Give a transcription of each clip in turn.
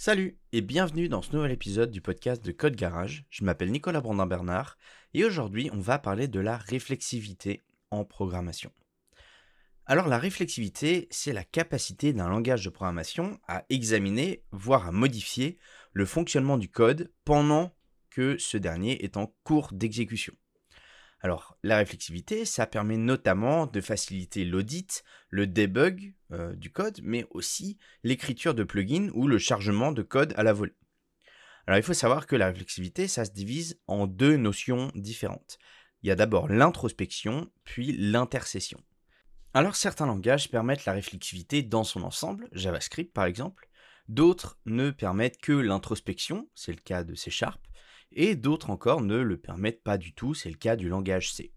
Salut et bienvenue dans ce nouvel épisode du podcast de Code Garage. Je m'appelle Nicolas Brandin-Bernard et aujourd'hui on va parler de la réflexivité en programmation. Alors la réflexivité, c'est la capacité d'un langage de programmation à examiner, voire à modifier le fonctionnement du code pendant que ce dernier est en cours d'exécution. Alors, la réflexivité, ça permet notamment de faciliter l'audit, le debug du code, mais aussi l'écriture de plugins ou le chargement de code à la volée. Alors, il faut savoir que la réflexivité, ça se divise en deux notions différentes. Il y a d'abord l'introspection, puis l'intercession. Alors, certains langages permettent la réflexivité dans son ensemble, JavaScript par exemple. D'autres ne permettent que l'introspection, c'est le cas de C#, et d'autres encore ne le permettent pas du tout, c'est le cas du langage C.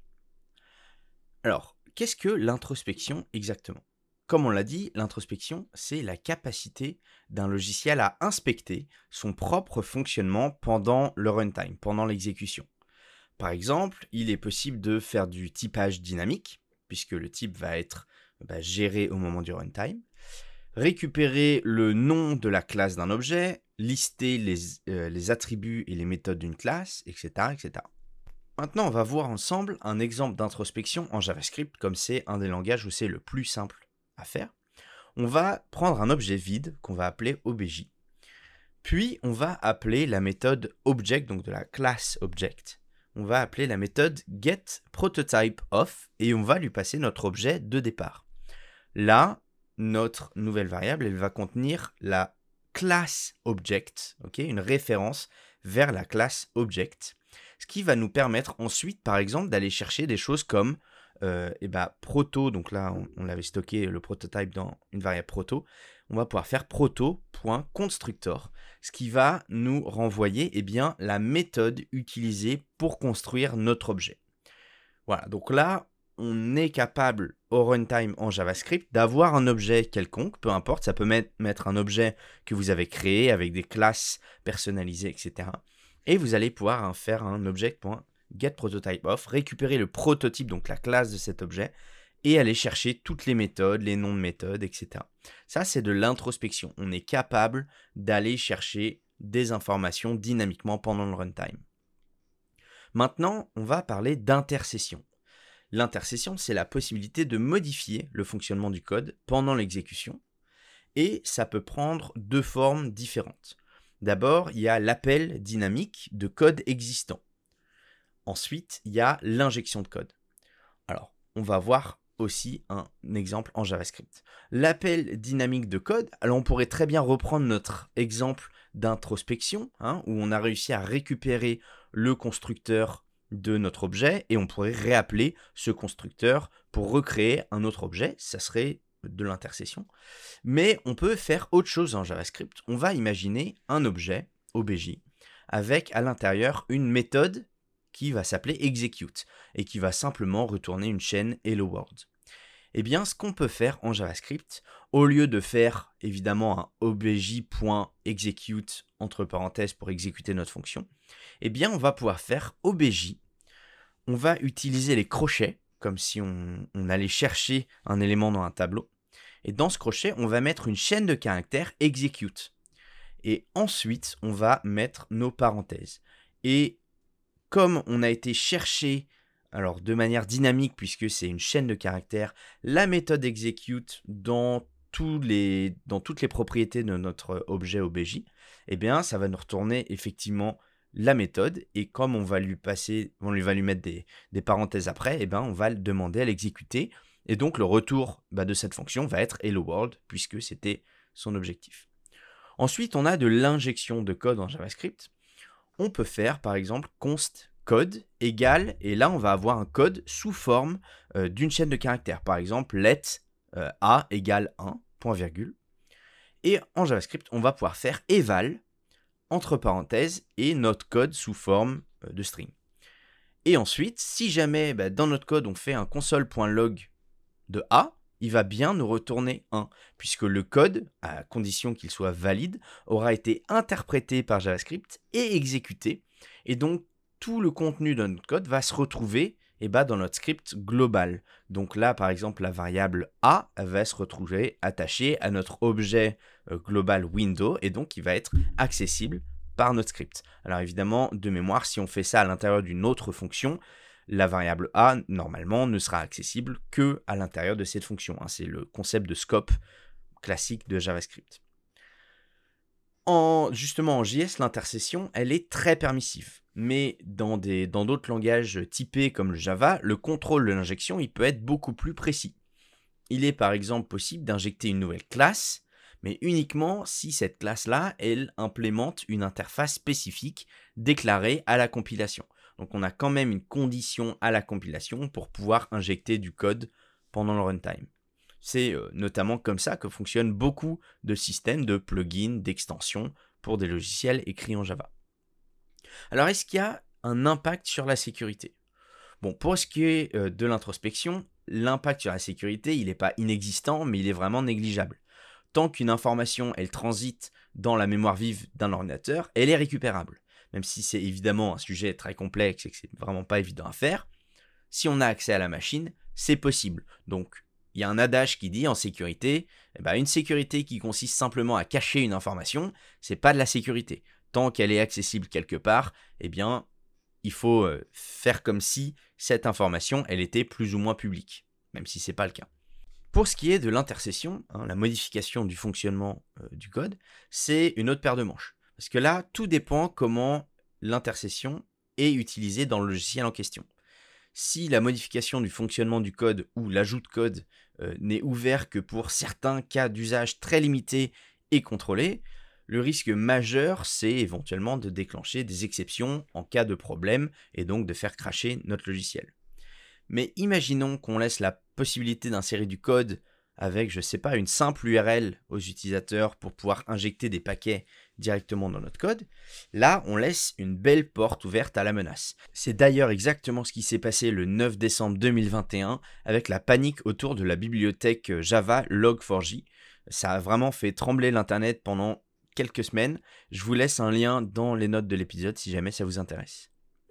Alors, qu'est-ce que l'introspection exactement ? Comme on l'a dit, l'introspection, c'est la capacité d'un logiciel à inspecter son propre fonctionnement pendant le runtime, pendant l'exécution. Par exemple, il est possible de faire du typage dynamique, puisque le type va être géré au moment du runtime, récupérer le nom de la classe d'un objet, lister les attributs et les méthodes d'une classe, etc., etc. Maintenant, on va voir ensemble un exemple d'introspection en JavaScript, comme c'est un des langages où c'est le plus simple à faire. On va prendre un objet vide qu'on va appeler obj. Puis, on va appeler la méthode object, donc de la classe object. On va appeler la méthode getPrototypeOf et on va lui passer notre objet de départ. Là, notre nouvelle variable, elle va contenir la classe object, une référence vers la classe object, ce qui va nous permettre ensuite, par exemple, d'aller chercher des choses comme proto, donc là, on l'avait stocké le prototype dans une variable proto, on va pouvoir faire proto.constructor, ce qui va nous renvoyer la méthode utilisée pour construire notre objet. Voilà, donc là, on est capable au runtime en JavaScript d'avoir un objet quelconque, peu importe, ça peut mettre un objet que vous avez créé avec des classes personnalisées, etc. Et vous allez pouvoir faire un object.getPrototypeOf, récupérer le prototype, donc la classe de cet objet, et aller chercher toutes les méthodes, les noms de méthodes, etc. Ça, c'est de l'introspection. On est capable d'aller chercher des informations dynamiquement pendant le runtime. Maintenant, on va parler d'intercession. L'intercession, c'est la possibilité de modifier le fonctionnement du code pendant l'exécution, et ça peut prendre deux formes différentes. D'abord, il y a l'appel dynamique de code existant. Ensuite, il y a l'injection de code. Alors, on va voir aussi un exemple en JavaScript. L'appel dynamique de code, alors on pourrait très bien reprendre notre exemple d'introspection, où on a réussi à récupérer le constructeur de notre objet et on pourrait réappeler ce constructeur pour recréer un autre objet, ça serait de l'intercession. Mais on peut faire autre chose en JavaScript. On va imaginer un objet, obj, avec à l'intérieur une méthode qui va s'appeler execute et qui va simplement retourner une chaîne hello world. Eh bien, ce qu'on peut faire en JavaScript, au lieu de faire évidemment un obj.execute entre parenthèses pour exécuter notre fonction, eh bien, on va pouvoir faire obj. On va utiliser les crochets, comme si on allait chercher un élément dans un tableau. Et dans ce crochet, on va mettre une chaîne de caractères execute. Et ensuite, on va mettre nos parenthèses. Et comme on a été chercher, alors de manière dynamique, puisque c'est une chaîne de caractères, la méthode execute dans toutes les propriétés de notre objet obj, eh bien, ça va nous retourner effectivement la méthode, et comme on va lui mettre des parenthèses après, eh bien, on va le demander à l'exécuter, et donc le retour de cette fonction va être hello world, puisque c'était son objectif. Ensuite, on a de l'injection de code en JavaScript. On peut faire par exemple const code égale, et là on va avoir un code sous forme d'une chaîne de caractères. Par exemple, let a égale 1, point virgule. Et en JavaScript, on va pouvoir faire eval, entre parenthèses, et notre code sous forme de string. Et ensuite, si jamais dans notre code on fait un console.log de a, il va bien nous retourner 1, puisque le code, à condition qu'il soit valide, aura été interprété par JavaScript et exécuté, et donc tout le contenu de notre code va se retrouver dans notre script global. Donc là, par exemple, la variable A elle va se retrouver attachée à notre objet global window et donc il va être accessible par notre script. Alors évidemment, de mémoire, si on fait ça à l'intérieur d'une autre fonction, la variable A, normalement, ne sera accessible que à l'intérieur de cette fonction. C'est le concept de scope classique de JavaScript. Justement, en JS, l'intercession, elle est très permissive. Mais dans d'autres langages typés comme le Java, le contrôle de l'injection, il peut être beaucoup plus précis. Il est par exemple possible d'injecter une nouvelle classe, mais uniquement si cette classe-là, elle implémente une interface spécifique déclarée à la compilation. Donc on a quand même une condition à la compilation pour pouvoir injecter du code pendant le runtime. C'est notamment comme ça que fonctionnent beaucoup de systèmes de plugins, d'extensions pour des logiciels écrits en Java. Alors est-ce qu'il y a un impact sur la sécurité ? Bon, pour ce qui est de l'introspection, l'impact sur la sécurité, il n'est pas inexistant, mais il est vraiment négligeable. Tant qu'une information, elle transite dans la mémoire vive d'un ordinateur, elle est récupérable. Même si c'est évidemment un sujet très complexe et que c'est vraiment pas évident à faire, si on a accès à la machine, c'est possible. Donc, il y a un adage qui dit en sécurité, une sécurité qui consiste simplement à cacher une information, c'est pas de la sécurité. Tant qu'elle est accessible quelque part, il faut faire comme si cette information, elle était plus ou moins publique, même si c'est pas le cas. Pour ce qui est de l'intercession, la modification du fonctionnement du code, c'est une autre paire de manches. Parce que là, tout dépend comment l'intercession est utilisée dans le logiciel en question. Si la modification du fonctionnement du code ou l'ajout de code n'est ouvert que pour certains cas d'usage très limités et contrôlés, le risque majeur, c'est éventuellement de déclencher des exceptions en cas de problème et donc de faire crasher notre logiciel. Mais imaginons qu'on laisse la possibilité d'insérer du code avec, une simple URL aux utilisateurs pour pouvoir injecter des paquets directement dans notre code. Là, on laisse une belle porte ouverte à la menace. C'est d'ailleurs exactement ce qui s'est passé le 9 décembre 2021 avec la panique autour de la bibliothèque Java Log4j. Ça a vraiment fait trembler l'internet pendant quelques semaines. Je vous laisse un lien dans les notes de l'épisode si jamais ça vous intéresse.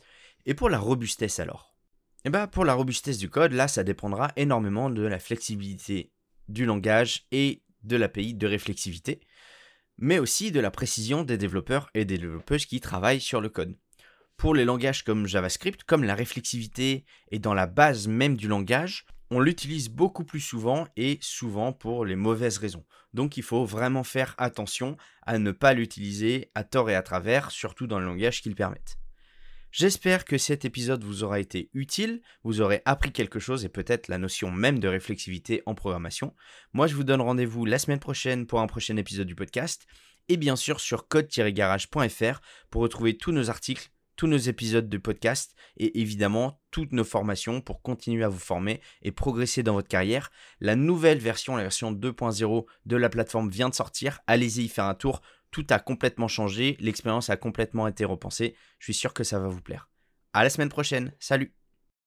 Et pour la robustesse alors ? Pour la robustesse du code, là, ça dépendra énormément de la flexibilité du langage et de l'API de réflexivité, mais aussi de la précision des développeurs et des développeuses qui travaillent sur le code. Pour les langages comme JavaScript, comme la réflexivité est dans la base même du langage, on l'utilise beaucoup plus souvent et souvent pour les mauvaises raisons. Donc il faut vraiment faire attention à ne pas l'utiliser à tort et à travers, surtout dans le langage qu'il permette. J'espère que cet épisode vous aura été utile, vous aurez appris quelque chose et peut-être la notion même de réflexivité en programmation. Moi, je vous donne rendez-vous la semaine prochaine pour un prochain épisode du podcast et bien sûr sur code-garage.fr pour retrouver tous nos articles, tous nos épisodes de podcast et évidemment toutes nos formations pour continuer à vous former et progresser dans votre carrière. La nouvelle version, la version 2.0 de la plateforme vient de sortir. Allez-y y faire un tour. Tout a complètement changé, l'expérience a complètement été repensée. Je suis sûr que ça va vous plaire. À la semaine prochaine, salut!